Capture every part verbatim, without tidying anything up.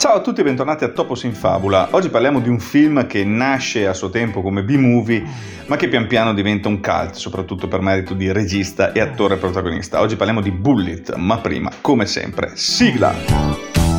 Ciao a tutti e bentornati a Topos in Fabula. Oggi parliamo di un film che nasce a suo tempo come B-movie, ma che pian piano diventa un cult, soprattutto per merito di regista e attore protagonista. Oggi parliamo di Bullitt, ma prima, come sempre, sigla!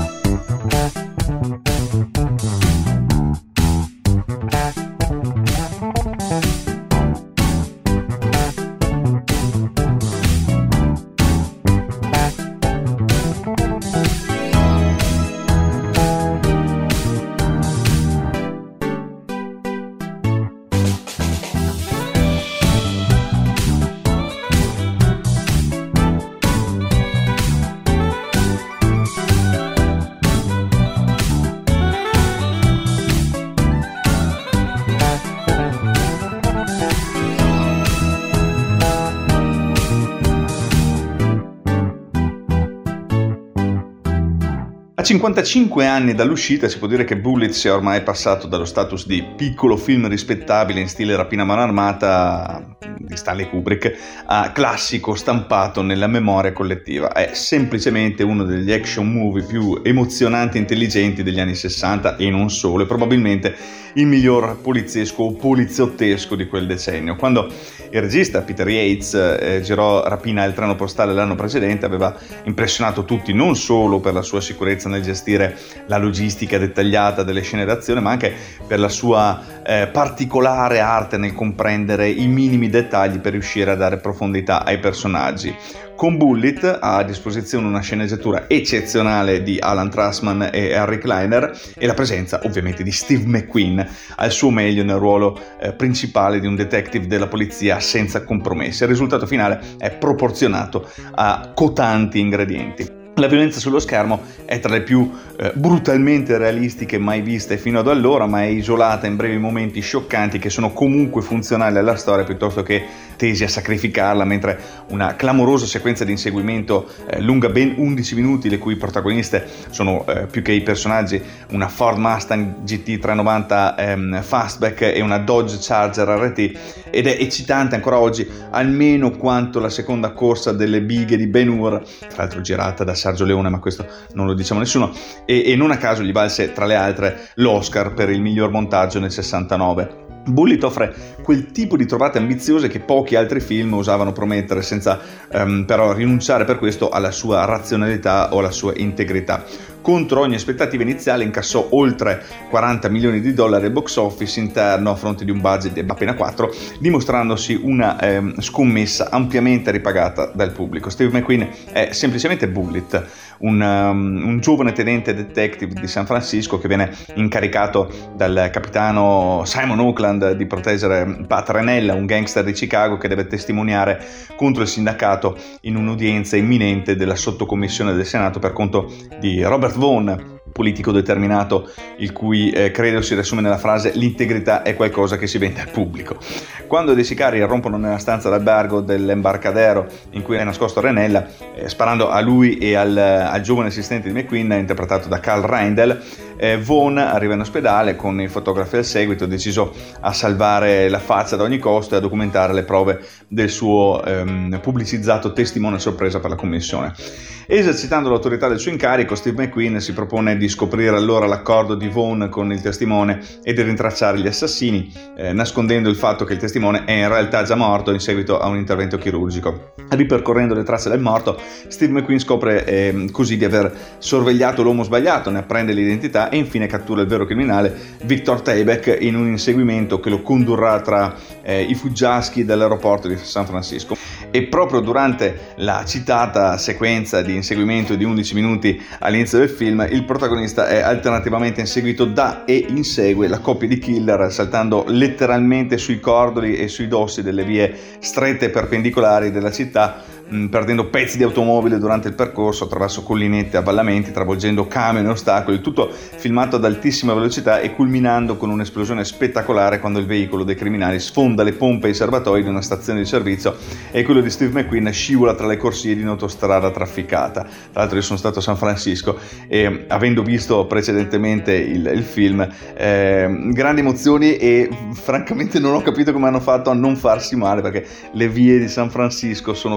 A cinquantacinque anni dall'uscita si può dire che Bullitt sia ormai passato dallo status di piccolo film rispettabile in stile Rapina a mano armata di Stanley Kubrick a classico stampato nella memoria collettiva. È semplicemente uno degli action movie più emozionanti e intelligenti degli anni sessanta e non solo, e probabilmente il miglior poliziesco o poliziottesco di quel decennio. Quando il regista Peter Yates eh, girò Rapina e il treno postale l'anno precedente, aveva impressionato tutti non solo per la sua sicurezza nel gestire la logistica dettagliata delle scene d'azione, ma anche per la sua eh, particolare arte nel comprendere i minimi dettagli per riuscire a dare profondità ai personaggi. Con Bullitt ha a disposizione una sceneggiatura eccezionale di Alan Trustman e Harry Kleiner e la presenza ovviamente di Steve McQueen al suo meglio nel ruolo eh, principale di un detective della polizia senza compromessi. Il risultato finale è proporzionato a cotanti ingredienti. La violenza sullo schermo è tra le più eh, brutalmente realistiche mai viste fino ad allora, ma è isolata in brevi momenti scioccanti che sono comunque funzionali alla storia piuttosto che tesi a sacrificarla, mentre una clamorosa sequenza di inseguimento eh, lunga ben undici minuti, le cui protagoniste sono eh, più che i personaggi una Ford Mustang G T trecentonovanta ehm, Fastback e una Dodge Charger R T, ed è eccitante ancora oggi almeno quanto la seconda corsa delle bighe di Ben-Hur, tra l'altro girata da Sergio Leone, ma questo non lo diciamo nessuno, e, e non a caso gli valse tra le altre l'Oscar per il miglior montaggio nel sessantanove. Bullitt offre quel tipo di trovate ambiziose che pochi altri film osavano promettere, senza um, però rinunciare per questo alla sua razionalità o alla sua integrità. Contro ogni aspettativa iniziale incassò oltre quaranta milioni di dollari al box office interno a fronte di un budget di appena quattro, dimostrandosi una eh, scommessa ampiamente ripagata dal pubblico. Steve McQueen è semplicemente Bullitt, un, um, un giovane tenente detective di San Francisco che viene incaricato dal capitano Simon Oakland di proteggere Pat Renella, un gangster di Chicago che deve testimoniare contro il sindacato in un'udienza imminente della sottocommissione del Senato per conto di Robert Vaughn, politico determinato, il cui eh, credo si riassume nella frase l'integrità è qualcosa che si vende al pubblico. Quando dei sicari irrompono nella stanza d'albergo dell'embarcadero in cui è nascosto Renella, eh, sparando a lui e al, al giovane assistente di McQueen interpretato da Carl Reindel, eh, Vaughn arriva in ospedale con i fotografi al seguito, deciso a salvare la faccia ad ogni costo e a documentare le prove del suo ehm, pubblicizzato testimone a sorpresa per la commissione. Esercitando l'autorità del suo incarico, Steve McQueen si propone di scoprire allora l'accordo di Vaughn con il testimone e di rintracciare gli assassini, eh, nascondendo il fatto che il testimone è in realtà già morto in seguito a un intervento chirurgico. Ripercorrendo le tracce del morto, Steve McQueen scopre eh, così di aver sorvegliato l'uomo sbagliato, ne apprende l'identità e infine cattura il vero criminale, Victor Tayback, in un inseguimento che lo condurrà tra eh, i fuggiaschi dell'aeroporto di San Francisco. E proprio durante la citata sequenza di inseguimento di undici minuti all'inizio del film, il protagonista è alternativamente inseguito da e insegue la coppia di killer, saltando letteralmente sui cordoli e sui dossi delle vie strette e perpendicolari della città, mh, perdendo pezzi di automobile durante il percorso attraverso collinette e avvallamenti, travolgendo camion e ostacoli, il tutto filmato ad altissima velocità e culminando con un'esplosione spettacolare quando il veicolo dei criminali sfonda le pompe e i serbatoi di una stazione di servizio e quello di Steve McQueen scivola tra le corsie di un'autostrada trafficata. Tra l'altro io sono stato a San Francisco e, avendo visto precedentemente il, il film, eh, grandi emozioni, e francamente non ho capito come hanno fatto a non farsi male, perché le vie di San Francisco sono veramente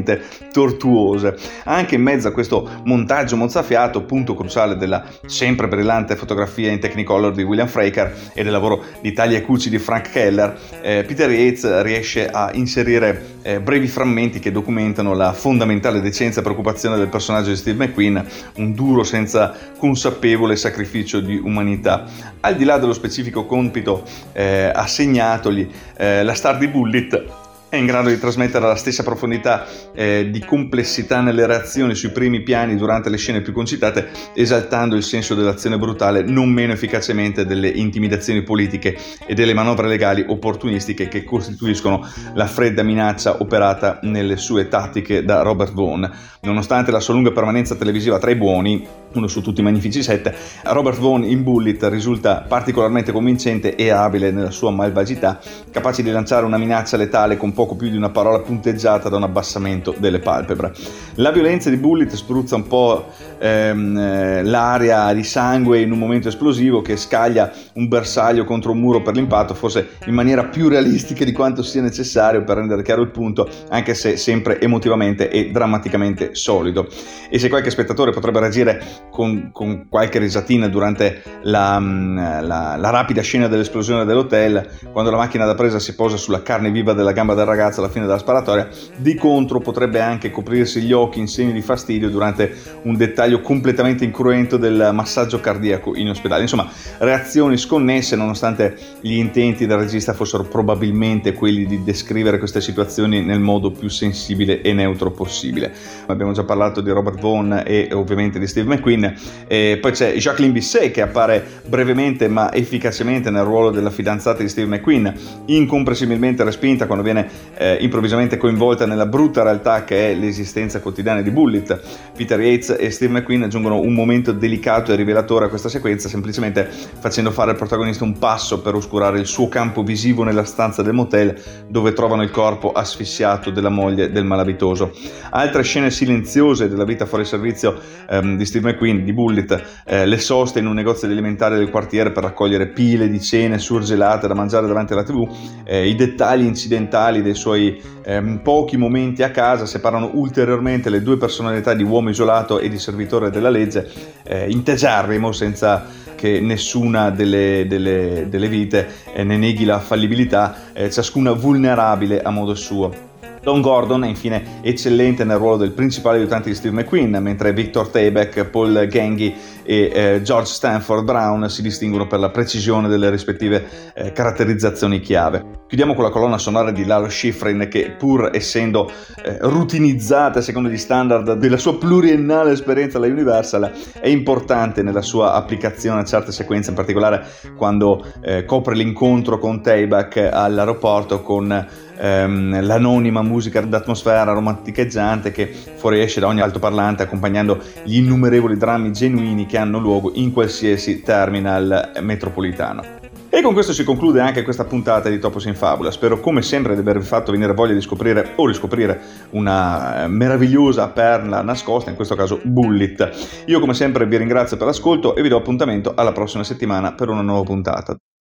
particolarmente tortuose. Anche in mezzo a questo montaggio mozzafiato, punto cruciale della sempre brillante fotografia in Technicolor di William Fraker e del lavoro di taglia e cuci di Frank Keller, eh, Peter Yates riesce a inserire eh, brevi frammenti che documentano la fondamentale decenza e preoccupazione del personaggio di Steve McQueen, un duro senza consapevole sacrificio di umanità. Al di là dello specifico compito eh, assegnatogli, eh, la star di Bullitt è in grado di trasmettere la stessa profondità eh, di complessità nelle reazioni sui primi piani durante le scene più concitate, esaltando il senso dell'azione brutale non meno efficacemente delle intimidazioni politiche e delle manovre legali opportunistiche che costituiscono la fredda minaccia operata nelle sue tattiche da Robert Vaughn. Nonostante la sua lunga permanenza televisiva tra i buoni, uno su tutti i magnifici set, Robert Vaughn in Bullitt risulta particolarmente convincente e abile nella sua malvagità, capace di lanciare una minaccia letale con poco più di una parola punteggiata da un abbassamento delle palpebre. La violenza di Bullitt spruzza un po' ehm, l'aria di sangue in un momento esplosivo che scaglia un bersaglio contro un muro per l'impatto, forse in maniera più realistica di quanto sia necessario per rendere chiaro il punto, anche se sempre emotivamente e drammaticamente solido. E se qualche spettatore potrebbe reagire con, con qualche risatina durante la, la, la rapida scena dell'esplosione dell'hotel, quando la macchina da presa si posa sulla carne viva della gamba del ragazzo alla fine della sparatoria, di contro potrebbe anche coprirsi gli occhi in segno di fastidio durante un dettaglio completamente incruento del massaggio cardiaco in ospedale. Insomma, reazioni sconnesse, nonostante gli intenti del regista fossero probabilmente quelli di descrivere queste situazioni nel modo più sensibile e neutro possibile. Abbiamo già parlato di Robert Vaughn e ovviamente di Steve McQueen, e poi c'è Jacqueline Bisset che appare brevemente ma efficacemente nel ruolo della fidanzata di Steve McQueen, incomprensibilmente respinta quando viene eh, improvvisamente coinvolta nella brutta realtà che è l'esistenza quotidiana di Bullitt. Peter Yates e Steve McQueen aggiungono un momento delicato e rivelatore a questa sequenza, semplicemente facendo fare al protagonista un passo per oscurare il suo campo visivo nella stanza del motel dove trovano il corpo asfissiato della moglie del malavitoso. Altre scene silenziose della vita fuori servizio ehm, di Steve McQueen, di Bullitt, eh, le soste in un negozio di alimentari del quartiere per raccogliere pile di cene surgelate da mangiare davanti alla tivù, eh, i dettagli incidentali dei suoi ehm, pochi momenti a casa separano ulteriormente le due personalità di uomo isolato e di servitore della legge, eh, integerrimo senza che nessuna delle, delle, delle vite eh, ne neghi la fallibilità, eh, ciascuna vulnerabile a modo suo. Don Gordon è infine eccellente nel ruolo del principale aiutante di Steve McQueen, mentre Victor Tayback, Paul Genghi e eh, George Stanford Brown si distinguono per la precisione delle rispettive eh, caratterizzazioni chiave. Chiudiamo con la colonna sonora di Lalo Schifrin che, pur essendo eh, rutinizzata secondo gli standard della sua pluriennale esperienza alla Universal, è importante nella sua applicazione a certe sequenze, in particolare quando eh, copre l'incontro con Tayback all'aeroporto con ehm, l'anonima musica d'atmosfera romanticheggiante che fuoriesce da ogni altoparlante, accompagnando gli innumerevoli drammi genuini che hanno luogo in qualsiasi terminal metropolitano. E con questo si conclude anche questa puntata di Topos in Fabula. Spero come sempre di avervi fatto venire voglia di scoprire o riscoprire una meravigliosa perla nascosta, in questo caso Bullitt. Io come sempre vi ringrazio per l'ascolto e vi do appuntamento alla prossima settimana per una nuova puntata.